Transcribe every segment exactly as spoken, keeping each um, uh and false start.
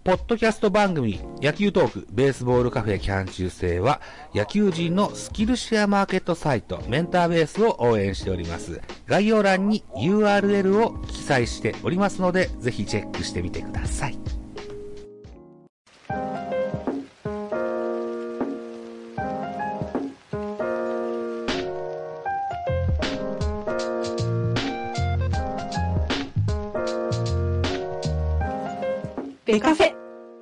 ポッドキャスト番組野球トークベースボールカフェキャン中世は野球人のスキルシェアマーケットサイトメンターベースを応援しております。概要欄に ユーアールエル を記載しておりますのでぜひチェックしてみてください。 ベカフェ。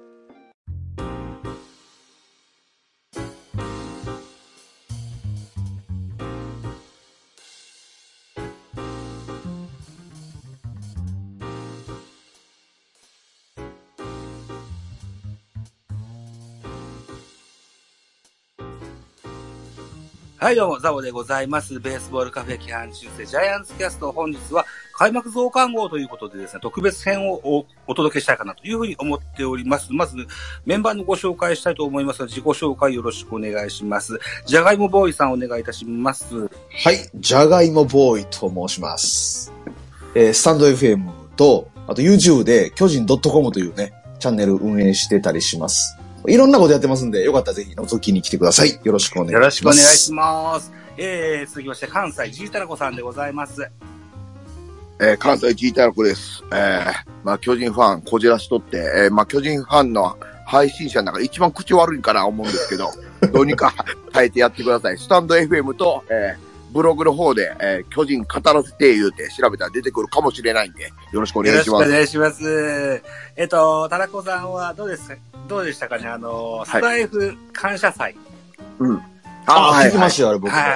はい、どうも、ザボでございます。ベースボールカフェ期間中世ジャイアンツキャスト、本日は開幕増刊号ということでですね、特別編を お, お届けしたいかなというふうに思っております。まず、メンバーのご紹介したいと思いますが、自己紹介よろしくお願いします。じゃがいもボーイさんお願いいたします。 はい、じゃがいもボーイと申します。えー、スタンド エフエム と、あと YouTube で巨人 .com というね、チャンネル運営してたりします。いろんなことやってますんで、よかったらぜひ覗きに来てください。よろしくお願いします。 よろしくお願いします。えー、続きまして、関西ジータラコさんでございます。 えー、関西ジータラコです。えー、まあ、巨人ファン、こじらしとって、えー、まあ、巨人ファンの配信者の中で一番口悪いかな思うんですけど、どうにか変えてやってください。スタンド エフエム と、えー、ブログの方で、えー、巨人語らせて言うて調べたら出てくるかもしれないんで、よろしくお願いします。 よろしくお願いします。えっと、タラコさんはどうですかどうでしたかねあの、スタイフ感謝祭。 うん。 ああ、聞きましたよ、あれ僕。 はい。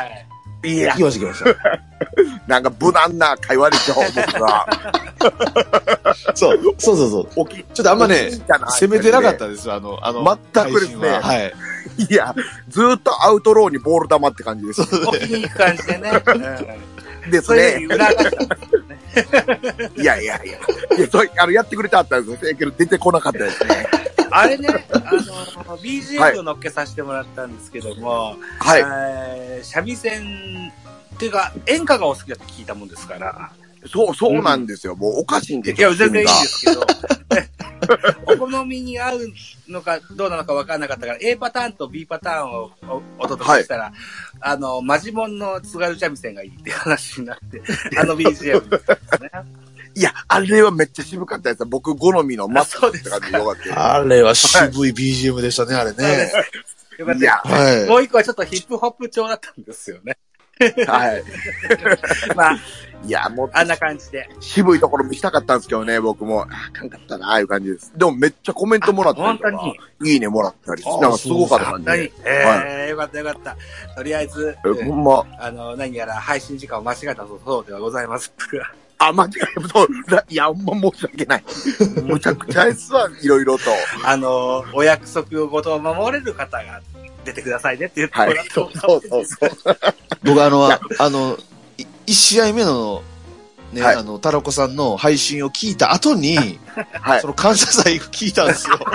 いや。 聞きました、聞きました。 なんか無難な会話でしょ、僕は。 そう、そうそうそう。ちょっとあんまね、攻めてなかったです、あの、あの、 全くですね。 はい。 いや、ずーっとアウトローにボール球って感じです。 置きに行く感じでね。 うん、ですね。 裏がったんですよね。 いやいやいや。いや、そう、あの、やってくれたったんですけど、出てこなかったですね。 あれね、あの、ビージーエム を乗っけさせてもらったんですけども、 はい。 えー、三味線っていうか、演歌がお好きだって聞いたもんですから。 そう、そうなんですよ。うん、もうおかしいんですよ。いや、全然いいんですけど。お好みに合うのかどうなのか分からなかったから、A パターンと B パターンを お, お届けしたら、はい、あの、マジモンの津軽三味線がいいっていう話になって、あの ビージーエム ですね。 いや、あれはめっちゃ渋かったやつ。僕好みのマスクって感じでよかった。 あれは渋い ビージーエム でしたね、あれね。 よかった。いや、はい、もう一個はちょっとヒップホップ調だったんですよね。 はい。 まあ、 いや、もう、 あんな感じで。 渋いところ見したかったんですけどね、僕も。あかんかったな、ああいう感じです。でもめっちゃコメントもらったりとか。本当にいいねもらったり。なんかすごかった感じで。 えー、はい、よかったよかった。とりあえず、 え、ほんま。 あの、何やら配信時間を間違えたそうではございます。 あ、間違えた。そう。いや、ほんま申し訳ない。むちゃくちゃですわ、いろいろと。 あの、お約束をごと守れる方が出てくださいねって言ってもらって、 はい、そうそうそうそう。 僕あの、あの、一試合目の、ね、はい、あの、タラコさんの配信を聞いた後に、はい、その感謝祭聞いたんですよ。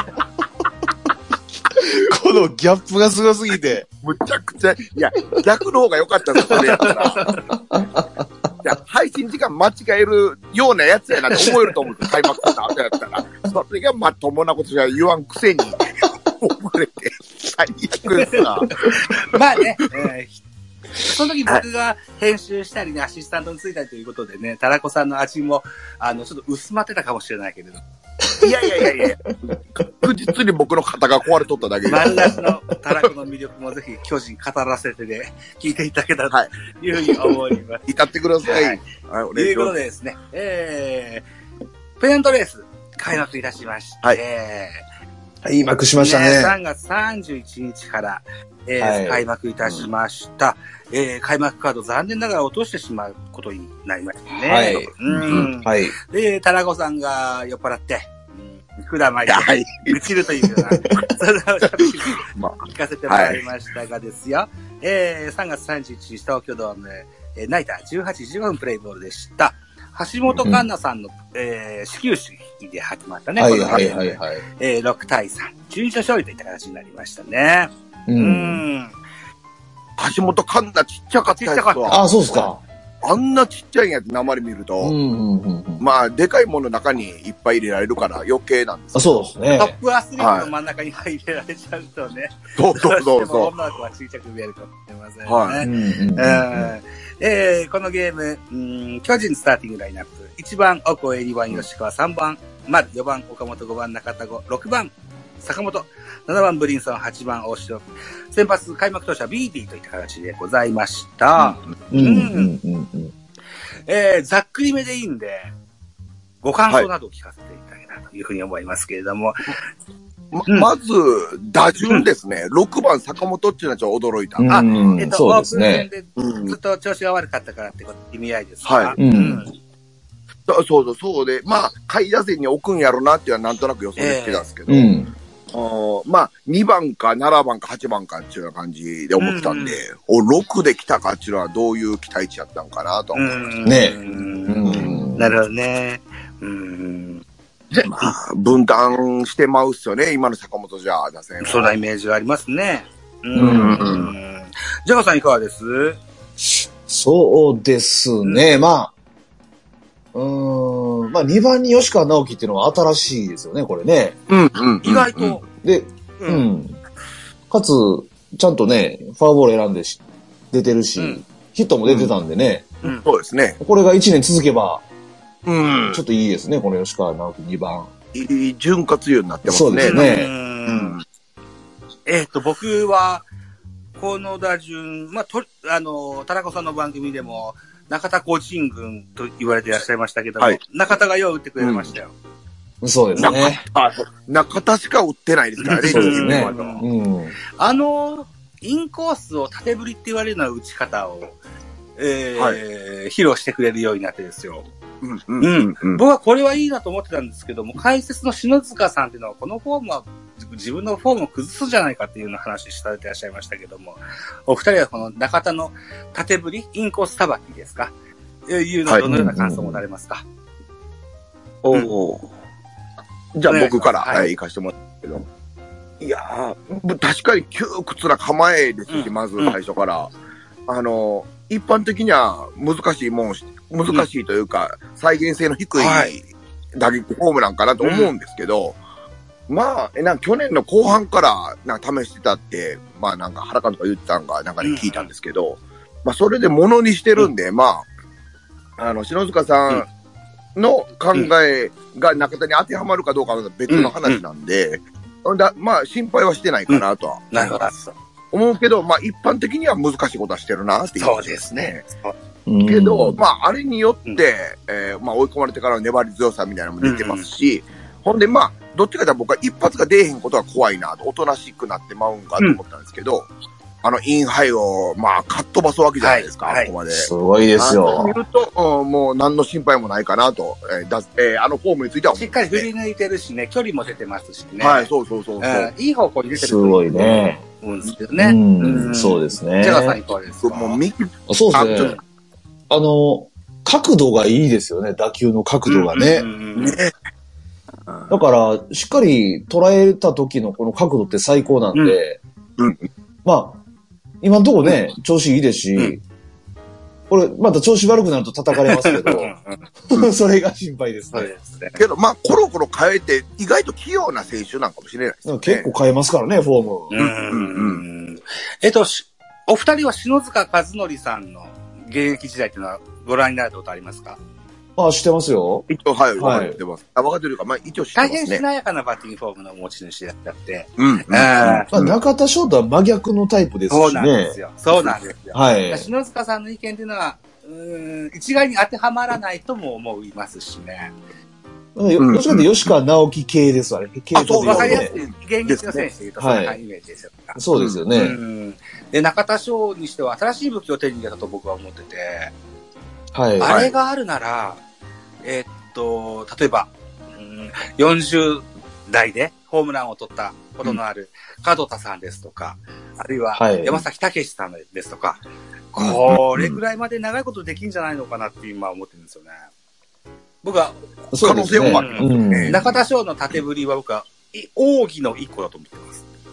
このギャップがすごすぎて。 むちゃくちゃ、いや、逆の方が良かったです、それやったら。いや、配信時間間違えるようなやつやなって思えると思うんですよ、開幕した後やったら。それがまともなことじゃ言わんくせに、思われて、最悪ですな。 まあね、えーその時僕が編集したりね、アシスタントについたりということでね、タラコさんの味も、あの、ちょっと薄まってたかもしれないけれど。 いやいやいやいや確実に僕の肩が壊れとっただけで。 丸出しのタラコの魅力もぜひ巨人語らせてで聞いていただけたらというふうに思います。 至ってください。はい。 はい、ということでですね、えー、ペナントレース開幕いたしまして、はい、 開幕しましたね。 さんがつさんじゅういちにちから、えーはい、開幕いたしました、うんえー。開幕カード残念ながら落としてしまうことになりましたね。 はい。 うん。はい。で、タラコさんが酔っ払って、うん、くだまりで、愚痴るというような、それを聞かせてもらいましたがですよ。はい、えー、さんがつさんじゅういちにち東京ドーム、えー、ナイターじゅうはちじじゅうごふんプレイボールでした。橋本環奈さんの、うん、えー、始球式で始まったね。 はいはいはいはい。 えー、ろくたいさん、中日の勝利といった形になりましたね。 うん。 橋本環奈ちっちゃかったやつちっちゃかった。 あ、そうですか。 あんなちっちゃいんやって生で見ると、うんうんうんうん、まあ、でかいものの中にいっぱい入れられるから余計なんですよ。 そうですね。 トップアスリートの真ん中に入れられちゃうとね。 はい、そうそうそうそう。 女の子は小さく見えるかもしれませんね。はい。うんうんうん、えー、このゲーム、うん、巨人スターティングラインナップ。いちばん、オコエ、にばん、吉川、さんばん、丸、よばん、岡本、ごばん、中田五、ろくばん、坂本、ななばんブリンソン、はちばん大城、先発開幕投手はビーディーといった形でございました。うんうんうんうん、えー、ざっくりめでいいんで、ご感想などを聞かせていただけたらというふうに思いますけれども。 ま, うん、まず、打順ですね。うん、ろくばん坂本っていうのはちょっと驚いた。 あ、えっと、そうですね。オープン戦でずっと調子が悪かったからって意味合いですか、はい。うん、 そうそうそうで、まあ、下位打線に置くんやろなっていうのはなんとなく予想できてたんですけど、えーうんまあ、にばんかななばんかはちばんかっていうような感じで思ってたんで、うんうん、お、ろくで来たかっていうのはどういう期待値やったんかなと思いました。ねうん。なるほどね。うん。 まあ、分担してまうっすよね、今の坂本じゃ、打線は。 そんなイメージがありますね。うん。うんジャガさんいかがです？ そうですね、うん、まあ、うーん。まあ、にばんに吉川直樹っていうのは新しいですよね、これね。 うん、うん。意外と。 で、うん。うん、かつ、ちゃんとね、フォアボール選んでし出てるし、うん、ヒットも出てたんでね。 うん。そうですね。 これがいちねん続けば、うん。ちょっといいですね、この吉川直樹にばん。 いい潤滑油になってますね。 そうですね。うんうんえっと、僕は、この打順、まあ、と、あの、田中さんの番組でも、中田コーチン軍と言われていらっしゃいましたけども、はい、中田がよう打ってくれましたよ。 うん、そうですね。 中田しか打ってないですからね。 そうですね。うん、 あの、インコースを縦振りって言われるような打ち方を、えーはい、披露してくれるようになってですよ。うんうんうんうん、僕はこれはいいなと思ってたんですけども、解説の篠塚さんっていうのは、このフォームは自分のフォームを崩すじゃないかっていうような話されていらっしゃいましたけども、お二人はこの中田の縦振り、インコースさばきですかいうのはどのような感想を持たれますか、 はい、うん、おお。じゃあ僕から、はい、行かせてもらったけど。いやー、確かに窮屈な構えですし、うん、まず最初から。うん、あの、一般的には難しいもん、難しいというか、うん、再現性の低い打撃フォームなんかなと思うんですけど、うん、まあ、なんか去年の後半からなんか試してたって、まあなんか原監督が言ってたんがなんかに聞いたんですけど、うん、まあそれでものにしてるんで、うん、まあ、あの、篠塚さんの考えが中田に当てはまるかどうかは別の話なんで、うんうん、だまあ心配はしてないかなとは。 なるほど。 思うけど、まあ一般的には難しいことはしてるなっていう、 ね。そうですね。 けど、まああれによって、うん、えー、まあ追い込まれてからの粘り強さみたいなのも出てますし、うん、ほんでまあ、どっちかというと僕は一発が出えへんことが怖いなと、おとなしくなってまうんかと思ったんですけど、うん、あのインハイを、まあ、かっ飛ばすわけじゃないですか、はい、ここまで。 すごいですよ。 見ると、うん、もう何の心配もないかなと、えーだえー、あのフォームについては思う、ね。しっかり振り抜いてるしね、距離も出てますしね。 はい、そうそうそうそう、 えー。いい方向に出てる。 すごいね。 うんですよね。 うん、うん、そうですね。 ジャガさんいかがですか？ もうみそうですね。あ, あの、角度がいいですよね、打球の角度がね。うんうんうん、ねだから、しっかり捉えた時のこの角度って最高なんで、うんうん、まあ、今のところね、調子いいですし、うん、これ、また調子悪くなると叩かれますけど、それが心配ですね。そうですね。 けど、まあ、コロコロ変えて、意外と器用な選手なんかもしれないですね。 結構変えますからね、フォーム。うんうんうん、えっと、お二人は篠塚和則さんの現役時代っていうのはご覧になることありますか？ あ、知ってますよ。 一応、はい、はい、知ってます。あ、分かってるか、まあ、一応知ってますね。 大変しなやかなバッティングフォームの持ち主だったって。 うん。うん、まあ、中田翔太は真逆のタイプですしね。 そうなんですよ。そうなんですよ。 はい。 篠塚さんの意見っていうのは、うーん、一概に当てはまらないとも思いますしね。 どっちかというと吉川直樹系ですわね。 系あ、そう、わかりやすい。現役の選手で言うと、そんなイメージですよ、 はい。そうですよね。 うん。で、中田翔にしては新しい武器を手に入れたと僕は思ってて、 はい。 あれがあるなら、えー、っと、例えば、うん、よんじゅう代でホームランを取ったことのある門田さんですとか、あるいは山崎武史さんですとか、はい、これぐらいまで長いことできんじゃないのかなって今思ってるんですよね。僕は、 可能性もある、 うんうん。中田翔の縦振りは僕は、奥義の一個だと思って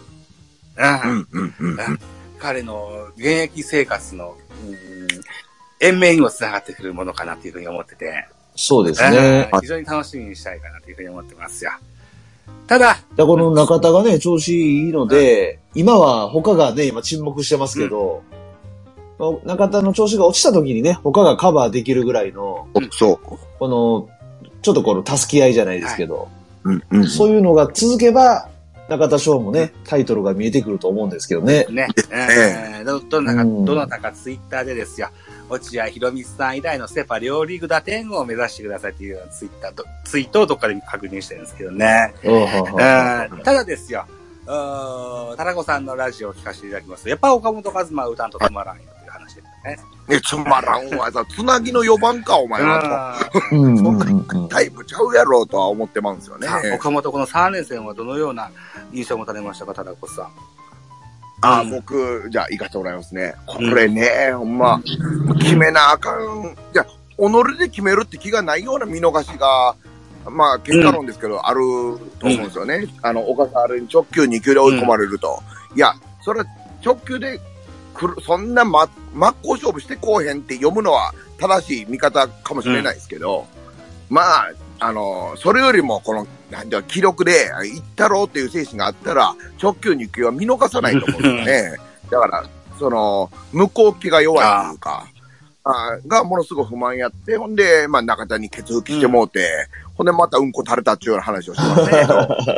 ます。うんうんうんうん、彼の現役生活の、うん延命にも繋がってくるものかなというふうに思ってて。 そうですね。 非常に楽しみにしたいかなというふうに思ってますよ。ただ、 だこの中田がね、調子いいので、うん、今は他がね、今沈黙してますけど、うん、中田の調子が落ちた時にね、他がカバーできるぐらいの、 うん、そう。 この、ちょっとこの助け合いじゃないですけど、 はい、うんうん、 そういうのが続けば、中田翔もね、タイトルが見えてくると思うんですけどね。 ね。えー、ど、どなたか、どなたかツイッターでですよ。落合博満さん以来のセパ両リーグ打点を目指してくださいっていうようなツイッター、ツイートをどっかで確認してるんですけどね。ただですよ、タラコさんのラジオを聞かせていただきますと、やっぱ岡本和真は歌んと止まらんよという話ですね。 ね、つまらんわ。つなぎのよばんか、お前はと。そんなタイプちゃうやろうとは思ってまうんですよね。 岡本このさん連戦はどのような印象を持たれましたか、タラコさん。 あ、うん、僕、じゃあ、行かせてもらいますね。これね、うん、ほんま、決めなあかん。じゃあ、己で決めるって気がないような見逃しが、まあ、結果論ですけど、うん、あると思うんですよね。うん、あの、岡さんあれに直球に球で追い込まれると。うん、いや、それは直球で来る、そんなま、真っ向勝負してこうへんって読むのは正しい見方かもしれないですけど、うん、まあ、あの、それよりも、この、なんていうか、記録で、行ったろうっていう精神があったら、直球に球は見逃さないと思うんですよね。だから、その、向こう気が弱いというか、あが、ものすごく不満やって、ほんで、まあ、中田にケツ吹きしてもうて、うん、ほんで、またうんこ垂れたっていうような話をしてますけ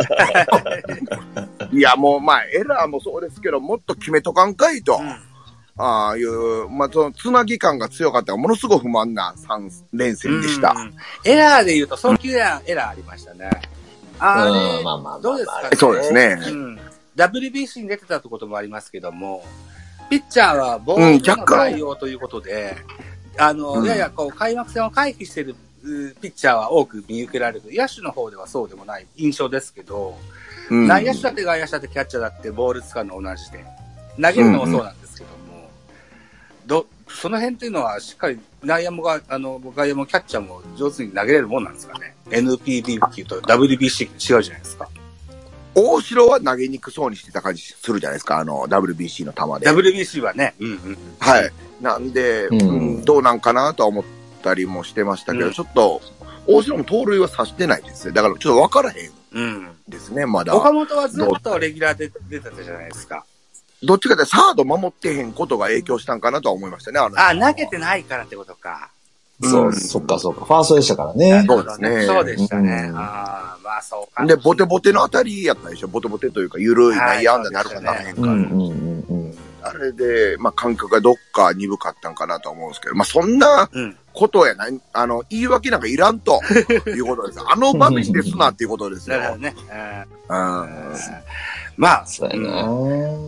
ど。いや、もう、まあ、エラーもそうですけど、もっと決めとかんかいと。うん、ああいう、まあ、その、つなぎ感が強かったが、ものすごく不満なさん連戦でした。 エラーで言うと、送球エラー、エラーありましたね。あれ、まあまあ、どうですかね。 そうですね。 うん。ダブリュービーシー に出てたってこともありますけども、ピッチャーはボールの対応ということで、うん、あの、うん、ややこう、開幕戦を回避しているピッチャーは多く見受けられる。野手の方ではそうでもない印象ですけど、うん、内野手だって外野手だってキャッチャーだってボール使うの同じで、投げるのもそうなんですけども、うんうん、ど、その辺っていうのはしっかり内野もが、あの、外野もキャッチャーも上手に投げれるもんなんですかね。エヌピービー っていうと ダブリュービーシー って違うじゃないですか。 大城は投げにくそうにしてた感じするじゃないですか、あの ダブリュービーシー の球で。 ダブリュービーシー はね。うんうん、 はい。なんで、うんうん、どうなんかなとは思ったりもしてましたけど、うん、ちょっと、大城も盗塁はさしてないですね。だからちょっと分からへんですね、うん、まだ。 岡本はずっとレギュラーで出てたじゃないですか。 どっちかってサード守ってへんことが影響したんかなとは思いましたね。あのあ、投げてないからってことか。 そう、うん、そっかそっか。ファーストでしたからね。 そうですね。 そうでしたね。うん、ああ、まあそうか。 で、ボテボテのあたりやったでしょ。ボテボテというか、ゆるい内野安打になるかなへんか。あれで、まあ感覚がどっか鈍かったんかなと思うんですけど、まあそんなことやな、うん、あの、言い訳なんかいらんということです。あの場面ですなっていうことですよ。 なるほどね。 うん。 まあ、 そうやな、うん。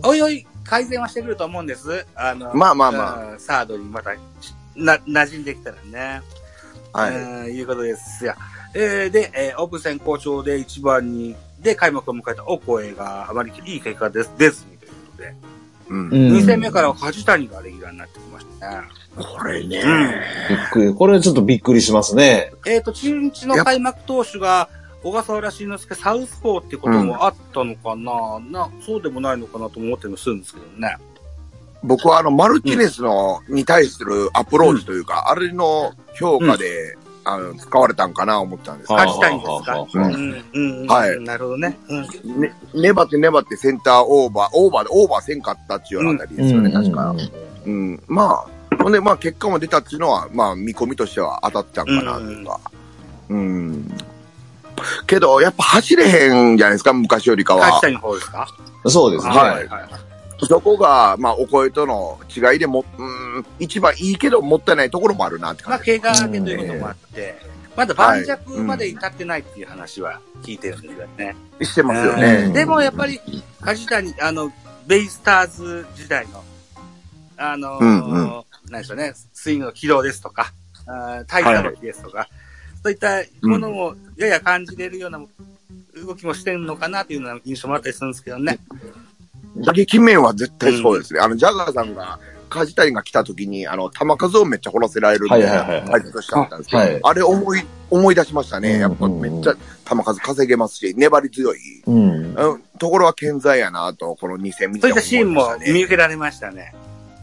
おいおい、改善はしてくると思うんです。あの、 まあまあまあ。サードにまた、な、馴染んできたらね。 はい。 いうことですよ。えー、で、えー、オープン戦好調でいちばんに、で、開幕を迎えたオコエがあまりいい結果です、出ずにということで。うん。に戦目から梶谷がレギュラーになってきましたね。 これね、 うん。 びっくり。これちょっとびっくりしますね。 えっと、中日の開幕投手が、小笠原慎之介サウスポーっていうこともあったのかな、うん、な、そうでもないのかなと思ったりもするんですけどね。 僕はあの、マルティネスの、に対するアプローチというか、うん、あれの評価で、うん、あの、使われたんかな思ったんですけど。 勝ちたいんですか、うん、うん。はい。なるほどね。 うん。ね、粘って粘ってセンターオーバー、オーバーでオーバーせんかったっていうあたりですよね、うん、確か。うん。まあ、ほんで、まあ結果も出たっていうのは、まあ見込みとしては当たったんかなというか。うん。うんけど、やっぱ走れへんじゃないですか、昔よりかは。 勝ちたいの方ですか？ そうですね。 はい。はいそこが、まあ、お声との違いでも、うん、一番いいけど、もったいないところもあるなって感じ。 まあ、怪我明けということもあって、まだ盤石まで至ってないっていう話は聞いてるんですよね。 してますよね。 でも、やっぱり、梶谷、あの、ベイスターズ時代の、あのー、うんうん、何でしょうね、スイングの軌道ですとか、体さばきですとか、はい、そういったものもやや感じれるような動きもしてるのかなというような印象もあったりするんですけどね。 打撃面は絶対そうですね。うん、あの、ジャガーさんが、梶谷が来た時に、あの、球数をめっちゃ掘らせられるみたいな解説してあったんですけど、はいはいはい、あれ思い、思い出しましたね。やっぱめっちゃ球数稼げますし、粘り強い。うん、ところは健在やなと、このに戦見て思いましたね。そういったシーンも見受けられましたね。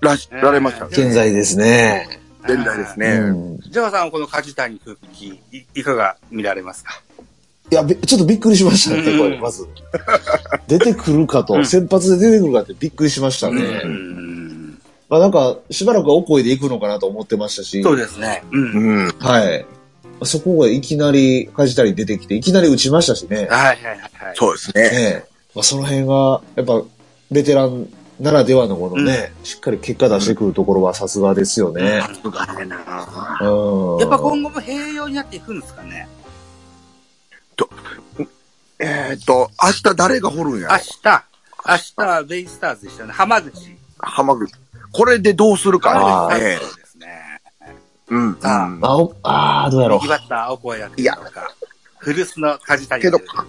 らし、られましたね。 現在ですね。 現在ですね。うん、 ジャワさんはこの梶谷復帰、い、いかが見られますか？ いや、ちょっとびっくりしましたね、これ、まず。出てくるかと、うん、先発で出てくるかってびっくりしましたね。うん、まあなんか、しばらくはお声で行くのかなと思ってましたし。 そうですね。うん。 はい。そこがいきなり梶谷出てきて、いきなり打ちましたしね。 はいはいはい。 そうですね。 ねまあ、その辺が、やっぱ、ベテランならではのこのね、うん、しっかり結果出してくるところはさすがですよね。 さすがだな。うん。やっぱ今後も併用になっていくんですかね。 と、えー、っと、明日誰が掘るんやろ？ 明日、明日はベイスターズでしたね。浜口。 浜口。これでどうするかね。 そうですね。 うん。 あ、うん、ああ、どうやろう。 右バッター、青子やってるとか、古巣の梶谷やってるとか。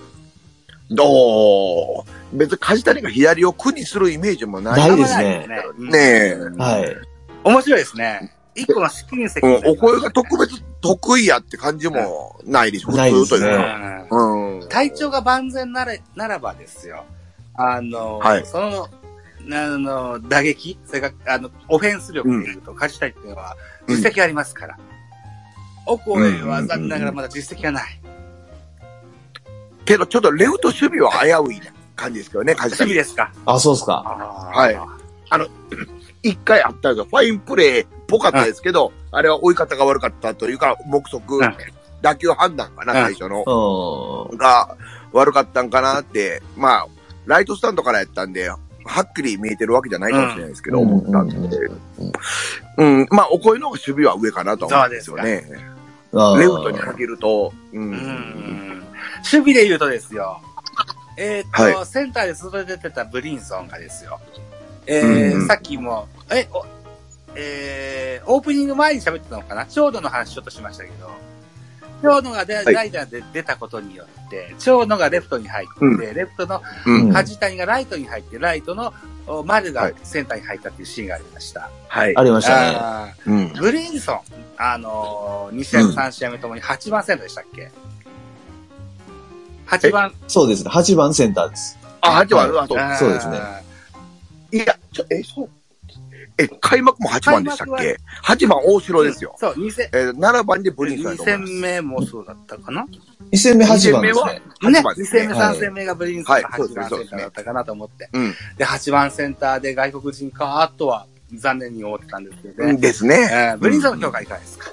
どう別に梶谷が左を苦にするイメージもない。 ないですね。 ねえ。 はい。 面白いですね。一個の試金石、 ねうん。お声が特別得意やって感じもないでしょ。 ないですね。 うん。 体調が万全なら、ならばですよ。あの、 はい、 その、あの、打撃、それから、あの、オフェンス力でいうと、梶谷っていうのは実績ありますから。うん、お声は残念ながらまだ実績がない。 けど、ちょっとレフト守備は危うい感じですけどね、梶谷。守備ですか。 あ、そうですか。 はい。あの、一回あったんですよ。ファインプレーっぽかったですけど、うん、あれは追い方が悪かったというか、目測、うん、打球判断かな、最初の。 うん、 が悪かったんかなって、まあ、ライトスタンドからやったんで、はっきり見えてるわけじゃないかもしれないですけど、うん、思ったんで。うん、うん、まあ、お声の守備は上かなと思うんですよね。レフトにかけると、うん。 うん守備で言うとですよ。えー、っと、はい、センターで外で出てたブリンソンがですよ。えー、うん、さっきも、え、お、えー、オープニング前に喋ってたのかな長野の話ちょっとしましたけど、長野がで、はい、代打で出たことによって、長野がレフトに入って、うん、レフトの梶谷がライトに入って、ライトの丸がセンターに入ったっていうシーンがありました。 はい。ありましたね。 うん、ブリンソン、あのー、に試合目さん試合目ともにはちばんセンターでしたっけ？はちばん。 そうですね。はちばんセンターです。 あ、はちばん、はい、 そうそうですね。 いや、ちょ、え、そう。え、開幕もはちばんでしたっけ？ はち 番大城ですよ。 そう、に戦。 えー、ななばんでブリンソンだと思います。 に戦目もそうだったかな？ に 戦目はちばんですね。 ね。に戦目、さん戦目がブリンソンがはちばんセンターだったかなと思って。 うん。 で、はちばんセンターで外国人か、とは残念に思ってたんですけどね。 ですね。 えー、ブリンソンの評価いかがですか？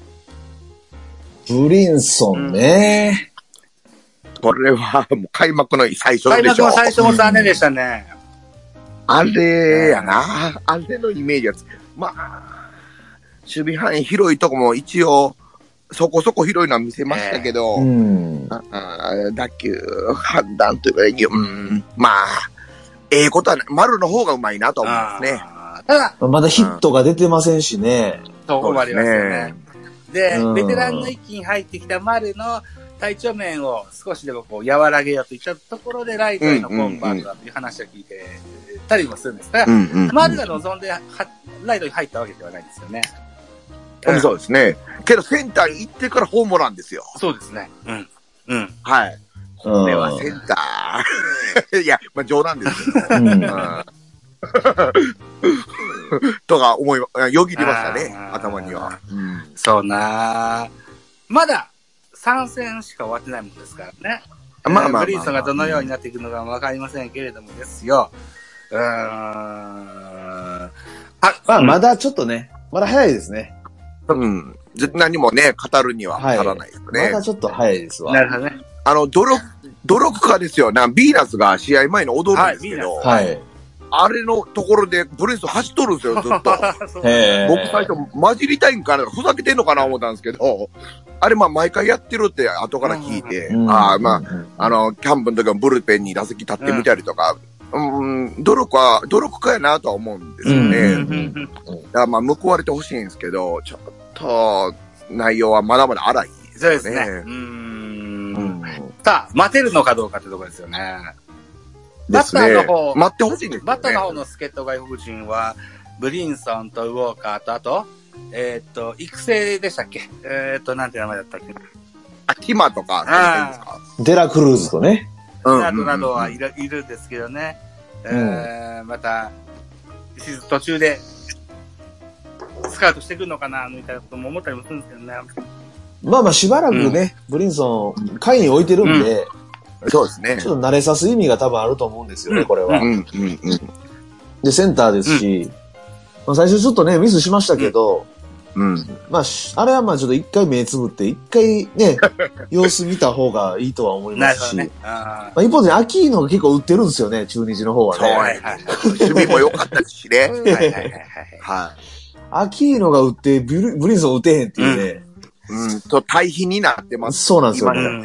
ブリンソンね。 これはもう開幕の最初でしょ。 開幕の最初も残念でしたね。 あれやな。あれのイメージは、まあ、守備範囲広いとこも一応、そこそこ広いのは見せましたけど、 えーうん、 あ打球判断というか、うん、まあ、ええー、ことはない。丸の方がうまいなと思いますね。 ただ、 まだヒットが出てませんしね。 そう思いますよね。で、うん、ベテランの一気に入ってきた丸の体調面を少しでもこう和らげようといったところでライトへのコンバートだという話を聞いてたりもするんですが、 うんうんうん、 丸が望んではライトに入ったわけではないんですよね。 うん、そうですね。けどセンターに行ってからホームランですよ。 そうですね。うん。うん。 はい。これはセンター。いや、まあ冗談ですけど。うんとか思い、よぎりましたね、頭には。 うん、そうなぁ。まださん戦しか終わってないもんですからね。まあまあ。ブリンソンがどのようになっていくのかわかりませんけれどもですよ。うーん。あ、 まあ、まだちょっとね、まだ早いですね。 うん。何もね、語るには足らないですね、はい。 まだちょっと早いですわ。 なるほどね。 あの、努力、努力家ですよ。な、ビーナスが試合前に踊るんですけど。 はい。はい、 あれのところでブリンソン走っとるんですよ、ずっと。 へ僕最初混じりたいんかな、ふざけてんのかな思ったんですけど、あれまあ毎回やってるって後から聞いて、ああまあ、あの、キャンプの時はブルペンに打席立ってみたりとか、うん、うん努力は、努力家やなとは思うんですよね。だからまあ報われてほしいんですけど、ちょっと内容はまだまだ荒いですね。 そうですね。うん。さあ、待てるのかどうかってところですよね。バッターの方、 待ってほしいんですよね。 バッターの方の助っ人外国人は、ブリンソンとウォーカーと、あと、えっと、育成でしたっけえっと、なんて名前だったっけあ、ティマとか、 ですかデラクルーズとね。 などなどはいる、いるんですけどね。えー、また、 途中で、スカウトしてくるのかな、みたいなことも思ったりもするんですけどね。 まあまあしばらくね、うん、ブリンソン、下位に置いてるんで、 うん、そうですね。 ちょっと慣れさす意味が多分あると思うんですよね、うん、これは、うんうんうん。で、センターですし、うん、まあ、最初ちょっとね、ミスしましたけど、うん。まあ、あれはまあちょっと一回目つぶって、一回ね、様子見た方がいいとは思いますし。ね、あまあ、一方で、アキーノが結構打ってるんですよね、中日の方はね。 はいはい。守備も良かったしね。はいはいはい。 はい。アキーノが打って、ブリンソン打てへんっていうね。 うん。うん、と、対比になってます。 そうなんですよね。うん。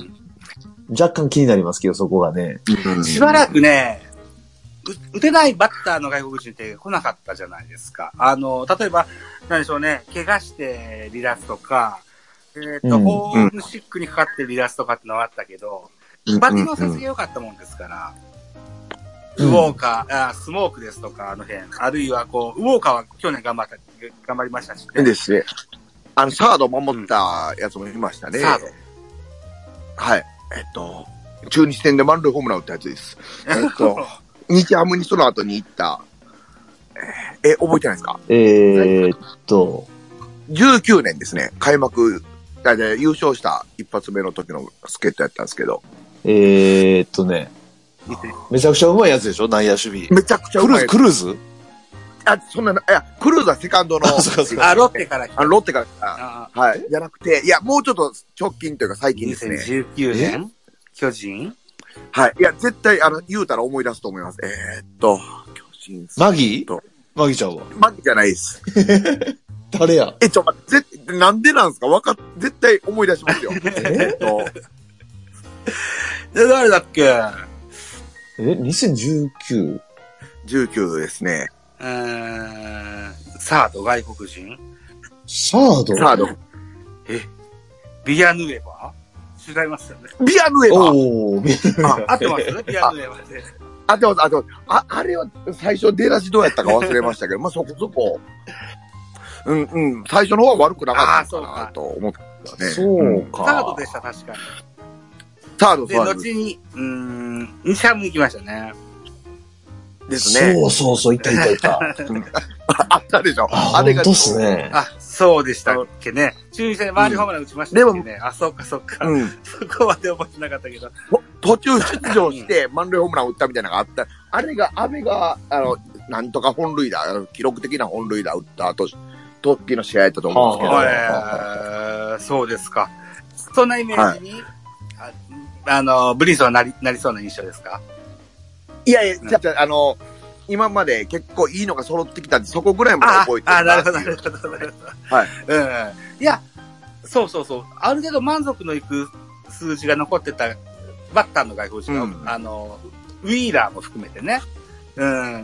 若干気になりますけど、そこがね。 うん、しばらくね、打てないバッターの外国人って来なかったじゃないですか。あの、例えば、何でしょうね、怪我して離脱とか、えっ、ー、と、うん、ホームシックにかかって離脱とかってのはあったけど、うん、バッティングの成績が良かったもんですから、うん、ウォーカー、あ、スモークですとか、あの辺、あるいはこう、ウォーカーは去年頑張った、頑張りましたしね。ですね。あの、サード守ったやつもいましたね。 サードはい。えっと、中日戦で満塁ホームラン打ったやつです。えっと、日ハムにその後に行った、え、覚えてないですか？ えーっと、 じゅうきゅうねんですね。開幕、優勝した一発目の時の助っ人やったんですけど。 えーっとね、めちゃくちゃうまいやつでしょ？内野守備。 めちゃくちゃうまい。 クルーズ？クルーズ？ あ、そんな、いや、クルーズはセカンドの。 あ、そうそうあ、ロッテから来た。 あ、ロッテから来た。はい。じゃなくて、いや、もうちょっと直近というか最近ですね。 にせんじゅうきゅうねん巨人はい。いや、絶対、あの、言うたら思い出すと思います。えー、っと、巨人マギーマギちゃんはマギじゃないです。 誰やえ、ちょ、待って、ぜ、なんでなんですかわかっ、絶対思い出しますよ。えっと。 で、誰だっけえ、にせんじゅうきゅう? じゅうきゅうですね。 うーん、サード外国人サードサード。 え、ビアヌエバ違いますよね。 ビアヌエバおー、ビアヌエバ。 あ、合ってますよね、ビアヌエバで。 合ってます、合ってます。あ、あれは最初出だしどうやったか忘れましたけど、まあ、そこそこ、うんうん、最初の方は悪くなかったかなと思ったね。 そうか。 サードでした、確かに。 サード、 で、後に、うーん、西ハムに行きましたね。 ですね。 そうそうそう、いたいたいた。 あったでしょ。 あれが。そうですね。 あ、そうでしたっけね。中日戦で周りホームラン打ちましたっけね。うん、あ、そうかそうか。うん、そこまで覚えてなかったけど。 途中出場して満塁ホームラン打ったみたいなのがあった。あれが、安倍が、あの、なんとか本塁打、記録的な本塁打打った後、時の試合やったと思うんですけど。 えー、そうですか。そんなイメージに、はい、あ, あの、ブリンソンはなり、なりそうな印象ですか？ いやいや、じゃあ、あの、今まで結構いいのが揃ってきたんで、そこぐらいまで覚えてる。 ああ、なるほど、なるほど、なるほど。はい。うん。いや、そうそうそう。ある程度満足のいく数字が残ってたバッターの外国人が、うん、あの、ウィーラーも含めてね、うん、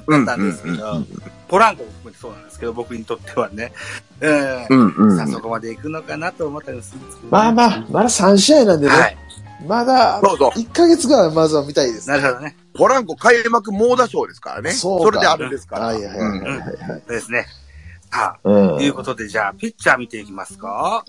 だったんですけど、うんうんうん、ポランコも含めてそうなんですけど、僕にとってはね、うん、うんうんうん、さあそこまで行くのかなと思ったりするんですけど、ね。 まあまあ、まださん試合なんでね。はい。まだ、いっかげつぐらいまずは見たいです、 ね。なるほどね。 ポランコ開幕猛打賞ですからね。そうそれであれですから。 はいはいはいはい、はいうん。ですね。さあ、うん、ということで、じゃあ、ピッチャー見ていきますか。はい。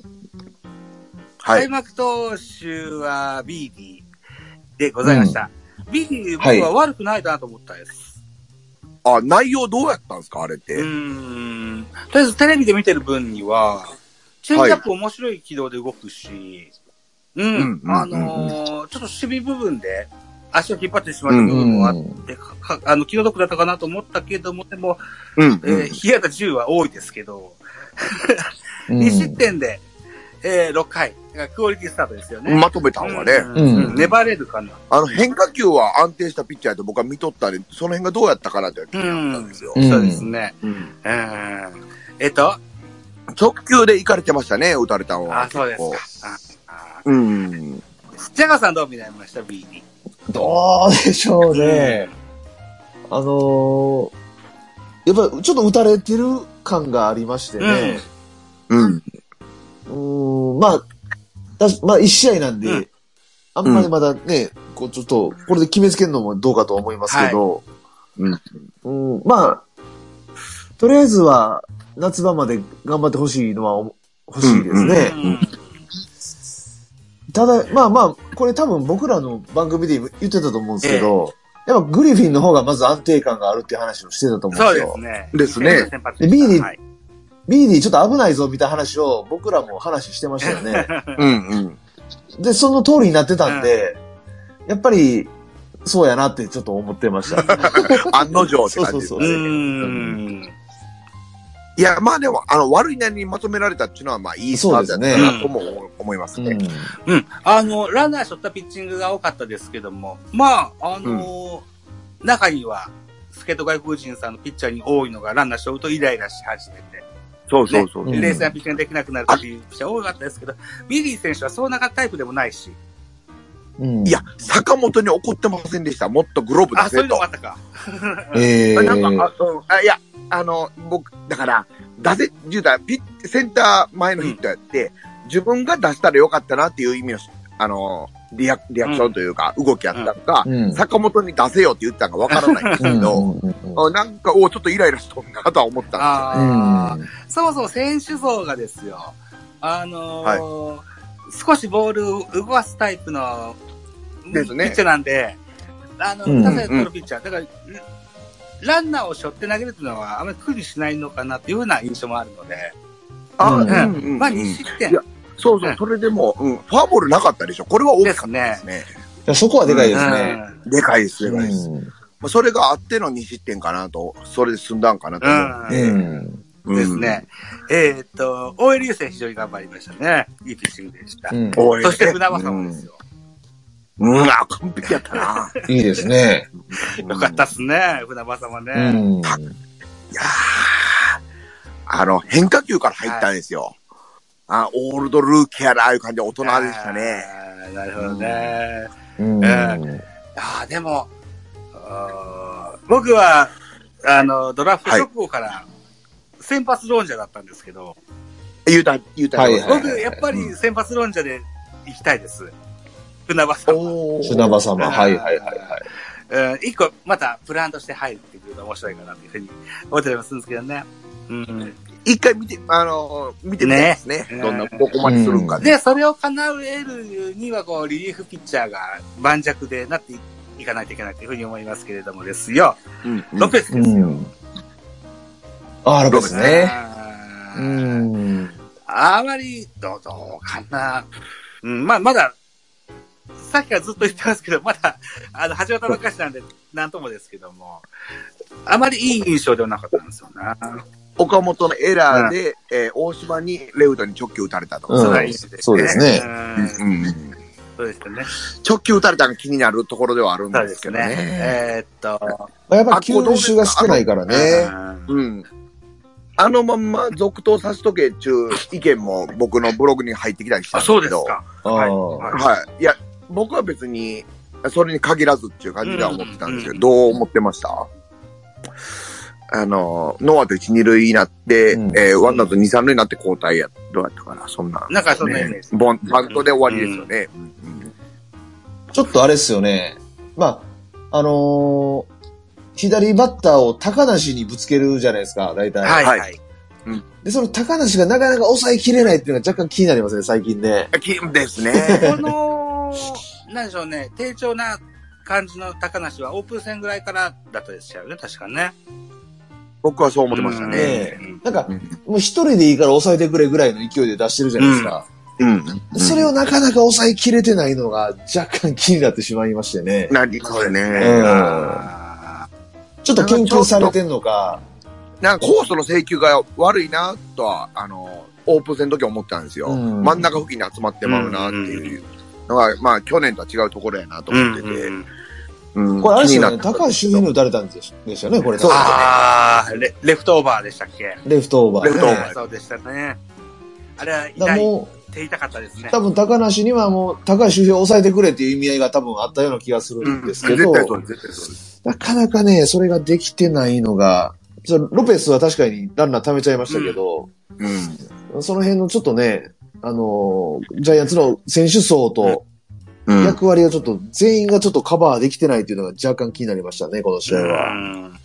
開幕投手は ビーディー でございました。うん、ビーディー 僕は悪くないなと思ったです。 はい、あ、内容どうやったんですかあれって。 うーん。とりあえずテレビで見てる分には、チェンジアップ面白い軌道で動くし、はいうん。うん、あのーうん、ちょっと守備部分で足を引っ張ってしまった部分もあって、うん、かあの、気の毒だったかなと思ったけども、でも、うん、えー、被安打じゅうは多いですけど、に失点で、えー、ろっかい、クオリティスタートですよね。 まとめたのはね、 うんうんうん。粘れるかな。 あの、変化球は安定したピッチャーと僕は見とったんで、その辺がどうやったかなって気になったんですよ。 うん、そうですね。うん、えっと、 直球で行かれてましたね、打たれたのは。 あ、そうですか。 うん。 ジャガーさんどう見られました ?ビーディー。 どうでしょうね。うん、あのー、やっぱちょっと打たれてる感がありましてね。 うん。 うん、んまあ、だまあ一試合なんで、うん、あんまりまだね、こうちょっと、これで決めつけるのもどうかと思いますけど、はい、うん、うん、まあ、とりあえずは夏場まで頑張ってほしいのは欲しいですね。うんうんうんただ、まあまあ、これ多分僕らの番組で言ってたと思うんですけど、 やっぱグリフィンの方がまず安定感があるっていう話をしてたと思うんですよ。 そうですね。 ですね。 で、ビーディ、はい、ビーディちょっと危ないぞみたいな話を僕らも話してましたよね。 うんうん。で、その通りになってたんで、うん、やっぱり、そうやなってちょっと思ってました。 案の定って感じですね。そうそうそう。うんいや、まあでも、あの、悪いなりにまとめられたっていうのは、まあいいスタートだったなとも思いますね。 うん。うん。あの、ランナーしょったピッチングが多かったですけども、まあ、あのーうん、中には、助っ人外国人さんのピッチャーに多いのが、ランナーしょうとイライラし始めて。 そうそうそう。 ね、冷静なピッチングができなくなるっていうピッチャー多かったですけど、ビリー選手はそんなタイプでもないし。 うん、いや、坂本に怒ってませんでした。もっとグローブ出せと。 あ、そういうのもあったか。 えー、なんか、あ、あいや、あの、僕、だから、出せ、言うたら、ピッ、センター前のヒットやって、うん、自分が出したらよかったなっていう意味の、あの、リア、リアクションというか、うん、動きやったのか、うん、坂本に出せよって言ったのかわからないんですけど、なんか、おちょっとイライラしとんなとは思ったんですよね。 そもそも選手層がですよ、あのーはい、少しボールを動かすタイプの、 ですね。 ピッチャーなんで、あの、打たせ取るピッチャー。だから、ランナーを背負って投げるというのはあまり苦にしないのかなっていうような印象もあるので。 ああ、 うん。 うんうん、まあ、に失点。 いや、そうそう、それでも、うん、フォアボールなかったでしょ。これは大きかったですね。 いや、そこはでかいですね。 うん、でかいです、でかいです。まあ、それがあってのに失点かなと、それで済んだんかなと思って。うんうん、ですね。えー、っと、大江流星非常に頑張りましたね。いいピッチングでした。うん、そして船場さんもですよ。 うん、うん、あ、完璧やったな。 いいですね。 よかったっすね、船場さんはね。うん、いやー、 あの、変化球から入ったんですよ。はい、あ、オールドルーキーやら、ああいう感じで大人でしたね。 なるほどね。 うん。 ああ、でも、僕は、あの、ドラフト直後から、先発論者だったんですけど。 言うた、言うた。 はいはいはい、僕、やっぱり先発論者で行きたいです。船場様。 船場様。はいはいはいはい。一個、また、プランとして入ってくると面白いかなというふうに思ってたりもするんですけどね。うん。 一回見て、あのー、見てみたいですね。ねどんな、どこまでするんか、 ね。で、それを叶えるには、こう、リリーフピッチャーが盤石でなっていかないといけないというふうに思いますけれどもですよ。うん、ロペスですよ。うん、 ああ、ロペスね。 うん。あまり、どう、どうかな。うん、まあ、まだ、さっきからずっと言ってますけど、まだ、あの、始まったばっかしなんで、なんともですけども、あまりいい印象ではなかったんですよね。 岡本のエラーで、うん、えー、大島にレフトに直球打たれたと。 うん、そうですね。そうですね。 うん。そうですね。 直球打たれたのが気になるところではあるんですけどね。ねえー、っと。 やっぱり球種が少ないからね。 うん。あのまんま続投させとけっていう意見も僕のブログに入ってきたりしたんですけど。 そうですか。 はい。はい。いや、僕は別に、それに限らずっていう感じでは思ってたんですけど、うん、どう思ってました？あの、ノーアウト一、二塁になって、うん、えー、ワンアウト二、三塁になって交代や、どうやったかな、そんな。 なんかそんなイメージ。 バントで終わりですよね。うんうん、 ちょっとあれですよね。まあ、あのー、左バッターを高梨にぶつけるじゃないですか、大体。 はいはい。 うん、で、その高梨がなかなか抑えきれないっていうのが若干気になりますね、最近ね。 気ですね。 この、なんでしょうね、低調な感じの高梨はオープン戦ぐらいからだったですよね、確かね。 僕はそう思ってましたね。 うん、なんか、うん、もう一人でいいから抑えてくれぐらいの勢いで出してるじゃないですか。うん。うん、それをなかなか抑えきれてないのが若干気になってしまいましてね。 なりますね。 うん。ちょっと研究されてんのか。 なんかコースの請求が悪いなとは、あの、オープン戦の時は思ったんですよ。うん、真ん中付近に集まってまうなっていうのが、まあ去年とは違うところやなと思ってて。うんうん、これあれですよね、高橋周辺に打たれたんですよね、これ。 そうですね。ああ、レ、レフトオーバーでしたっけ？ レフトオーバー。 レフトオーバー。 そうでしたね。あれは痛い、手痛かったですね。 多分高梨にはもう、高橋周辺を抑えてくれっていう意味合いが多分あったような気がするんですけど、うん、絶対そうです、絶対そうです。なかなかね、それができてないのが、ロペスは確かにランナー溜めちゃいましたけど、うんうん、その辺のちょっとね、あのー、ジャイアンツの選手層と、役割がちょっと、全員がちょっとカバーできてないっていうのが若干気になりましたね、この試合は。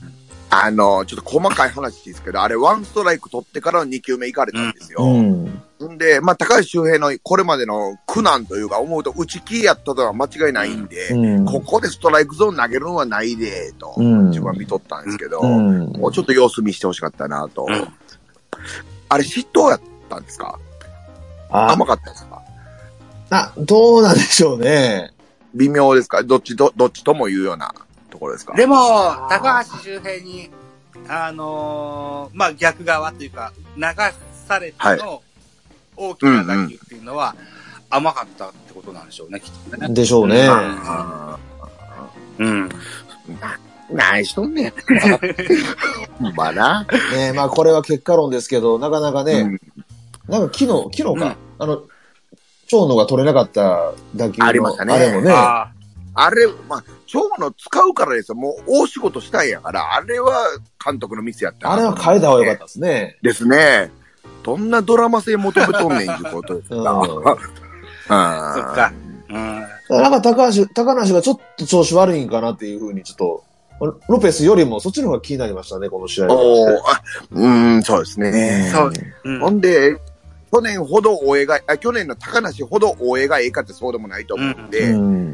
あの、ちょっと細かい話ですけど、あれワンストライク取ってからのに球目行かれたんですよ。うん。んで、まあ、高橋周平のこれまでの苦難というか思うと打ち切りやったとは間違いないんで、うん、ここでストライクゾーン投げるのはないで、と、うん、自分は見とったんですけど、うん、もうちょっと様子見してほしかったなと。うん、あれ失投やったんですか？あ甘かったですか？ あ、どうなんでしょうね。 微妙ですか？どっちと、どっちとも言うようなところですか？ でも、高橋周平に、あのー、まあ、逆側というか、流されての大きな打球っていうのは、甘かったってことなんでしょうね、きっとね。 でしょうね。 うん。うん。 何しとんねん。まあな。 ねまあこれは結果論ですけど、なかなかね、うん、なんか昨日、昨日か、うん、あの、長野が取れなかった打球のありましたね。 あれもね。 あ, あれ、まあ、長野使うからですよ。もう大仕事したいやから、あれは監督のミスやった。 あれは変えた方がよかったですね。 ですね。どんなドラマ性求めとんねんってことですか。うん。そっか。 うん。なんか高橋、高梨がちょっと調子悪いんかなっていうふうにちょっと、ロペスよりもそっちの方が気になりましたね、この試合は。 おー、あ、うーん、そうですね。そう。うん、ほんで、去年ほど大江が、あ、去年の高梨ほど大江がええかってそうでもないと思うんで、うん、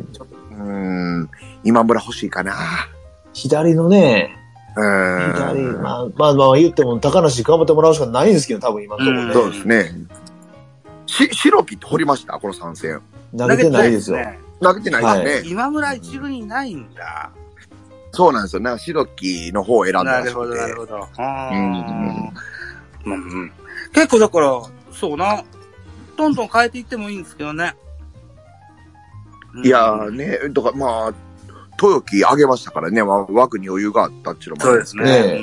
ちょっとうーん、今村欲しいかな。 左のね、うん。左、まあ、まあまあ言っても高梨頑張ってもらうしかないんですけど、多分今のところね、 うん。そうですね。し、白木って掘りましたこの参戦。 投げてないですよ。 投げてないですね。はい、 今村一軍にいないんだ。 そうなんですよ。なんか白木の方を選んだらしくて。なるほど、なるほど。うん。うん。結構だから、そうな。どんどん変えていってもいいんですけどね。 いやーね、だからまあ、豊木上げましたからね、まあ、枠に余裕があったっていうのもあるんですね。そうですね。うん。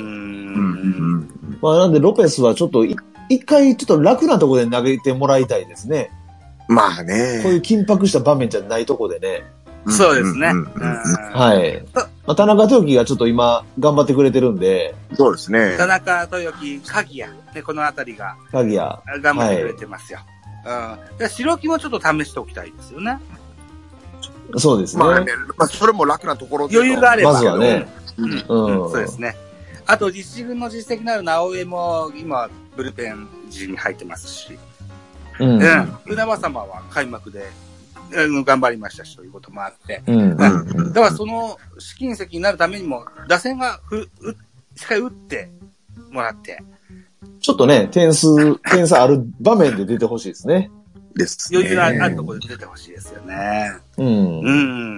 まあなんでロペスはちょっと、一回ちょっと楽なところで投げてもらいたいですね。 まあね。 こういう緊迫した場面じゃないとこでね。 そうですね。 はい。まあ、田中豊樹がちょっと今頑張ってくれてるんで。 そうですね。 田中豊樹、鍵谷、ね、このあたりが。 鍵谷。 頑張ってくれてますよ。はい、うん。白木もちょっと試しておきたいですよね。 そうですね。 まあね、まあ、それも楽なところで。余裕があれば。 まずはね。 うん。うん。そうですね。あと、実軍の実績のある直江も、今、ブルペン陣に入ってますし。うん。うん。船場様は開幕で、頑張りましたし、ということもあって。うん。うん。だから、その、試金石になるためにも、打線がふ、う、しっかり打ってもらって。 ちょっとね、点数、点差ある場面で出てほしいですね。 ですね。 余裕のあるところで出てほしいですよね。うん。うん。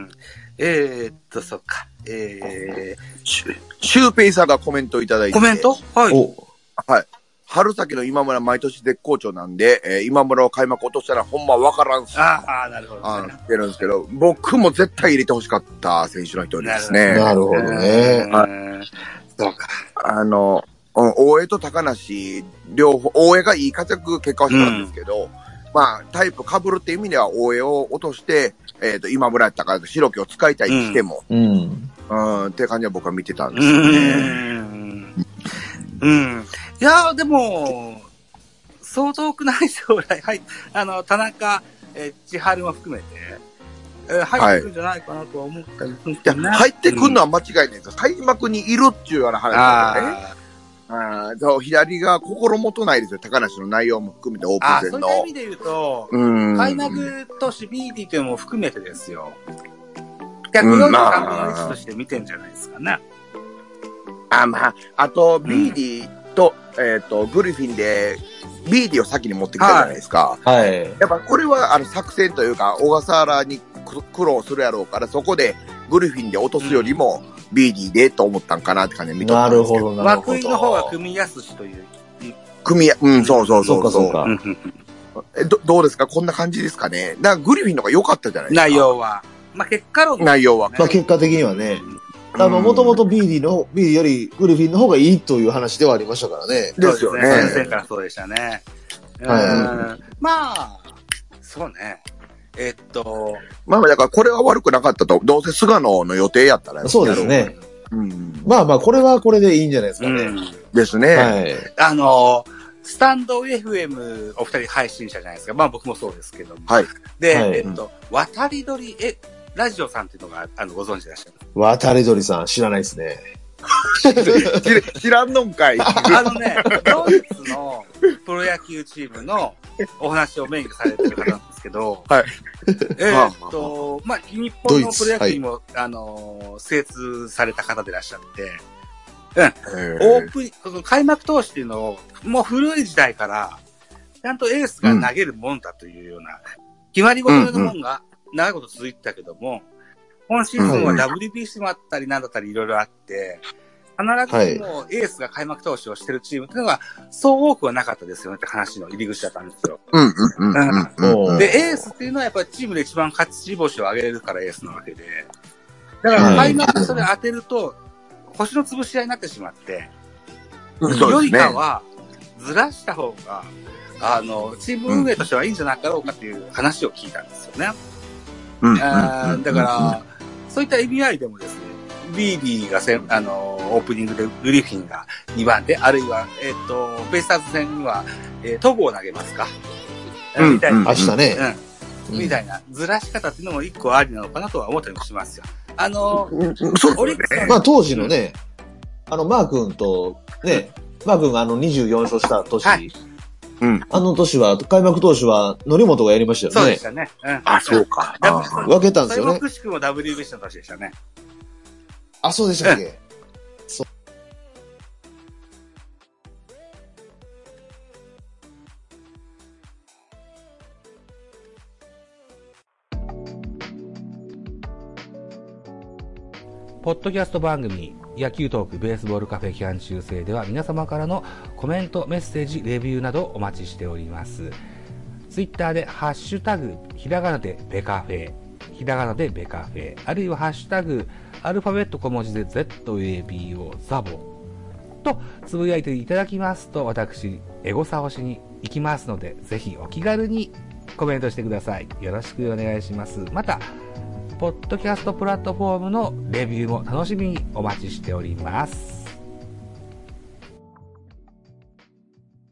えー、っと、そっか。えー、 シュ、シュウペイさんがコメントいただいて。 コメントはい。おはい。春先の今村毎年絶好調なんで、えー、今村を開幕落としたらほんまわからんす。 ああ、なるほど、ね。 あ言ってるんですけど、僕も絶対入れてほしかった選手の一人ですね。 なるほどね。 はい。そうか。あの、うん、大江と高梨、両方、大江がいい活躍結果をしたんですけど、うん、まあ、タイプ被るって意味では大江を落として、えっ、ー、と、今村やったから白木を使いたいにしても、うん。うん、って感じは僕は見てたんですよね。うん。 うん。いやー、でも、そう遠くない将来、はい、あの、田中、えー、千春も含めて、えー、入ってくるんじゃないかなとは思ったりするんですけどね。 いや、入ってくるのは間違いないですよ。開幕にいるっていうような話だよね。ああ、そう、左が心もとないですよ。高梨の内容も含めてオープン戦の。 あ、そういう意味で言うと、うん、開幕とし ビーディー というのも含めてですよ。ひゃくよんじゅうさんぶんのいちとして見てんじゃないですかね。 あ、まあ、あと、ビーディー と、うん、えっ、ー、と、グリフィンで、ビーディー を先に持ってきたじゃないですか。 はい。 やっぱこれは、あの、作戦というか、小笠原に苦労するやろうから、そこで、グリフィンで落とすよりも、うんビーディー でと思ったんかなって感じで見とったんですけど。 なるほど、なるほど。 涌井の方が組みやすしという。 組みや、うん、そうそうそう。 そうか、 そうか。え、ど、どうですかこんな感じですかねだからグリフィンの方が良かったじゃないですか。 内容は。まあ、結果論、 ね。内容は。 まあ、結果的にはね。あの、もともと ビーディー の、ビーディー よりグリフィンの方がいいという話ではありましたからね。 ですよね。 先生からそうでしたね。はい。まあ、そうね。えっと。 まあ、だからこれは悪くなかったと。どうせ菅野の予定やったら。 そうですね。うん、まあまあ、これはこれでいいんじゃないですかね。うん、 ですね。 はい。 あの、スタンド エフエム お二人配信者じゃないですか。まあ僕もそうですけども。 はい。 で、 はい、 えっと、渡り鳥えラジオさんっていうのが、あの、ご存知でいらっしゃる渡り鳥さん、知らないですね。 知らんのんかい。 あのね、ドイツのプロ野球チームのお話をメインにされてる方なんですけど、 はい。 えー、っと、まあ、日本のプロ野球にも、はい、あの、精通された方でいらっしゃって、うん。オープン、開幕投手っていうのを、もう古い時代から、ちゃんとエースが投げるもんだというような、うん、決まり事のもんが長いこと続いてたけども、うんうん、今シーズンは ダブリュービーシー もあったりなんだったりいろいろあって、必ずしもエースが開幕投手をしてるチームっていうのが、そう多くはなかったですよねって話の入り口だったんですよ。 うんうんうんうん。 で、エースっていうのはやっぱりチームで一番勝ち星を上げれるからエースなわけで、だから開幕でそれ当てると、星の潰し合いになってしまって、うん、よりかは、ずらした方が、あの、チーム運営としてはいいんじゃなかろうかっていう話を聞いたんですよね。うん。あだから、そういった意味合いでもですね、ビーディーがせあの、オープニングでグリフィンがにばんで、あるいは、えっ、ー、と、ベイスターズ戦には、えー、トゴを投げますか、 うん、 みたいな。 明日ね、 うん。みたいな、ずらし方っていうのも一個ありなのかなとは思ったりもしますよ。あの、 うん、そうオリックスまあ当時のね、あの、マー君と、ね、マー君があのにじゅうよん勝した年、はい、うん、あの年は、開幕投手は、則本がやりましたよね。 そうでしたね。 うん、あ、そうか。 分けたんですよね。 くしくも ダブリュービーシー の年でしたね。 あ、そうでしたっけ、うん、そう。 ポッドキャスト番組、野球トークベースボールカフェ期間中制では皆様からのコメント、メッセージ、レビューなどお待ちしております。ツイッターでハッシュタグ、ひらがなでベカフェ、ひらがなでベカフェ、あるいはハッシュタグ、アルファベット小文字で ゼットエービーオー ザボとつぶやいていただきますと、私、エゴサをしに行きますので、ぜひお気軽にコメントしてください。よろしくお願いします。また、ポッドキャストプラットフォームのレビューも楽しみにお待ちしております。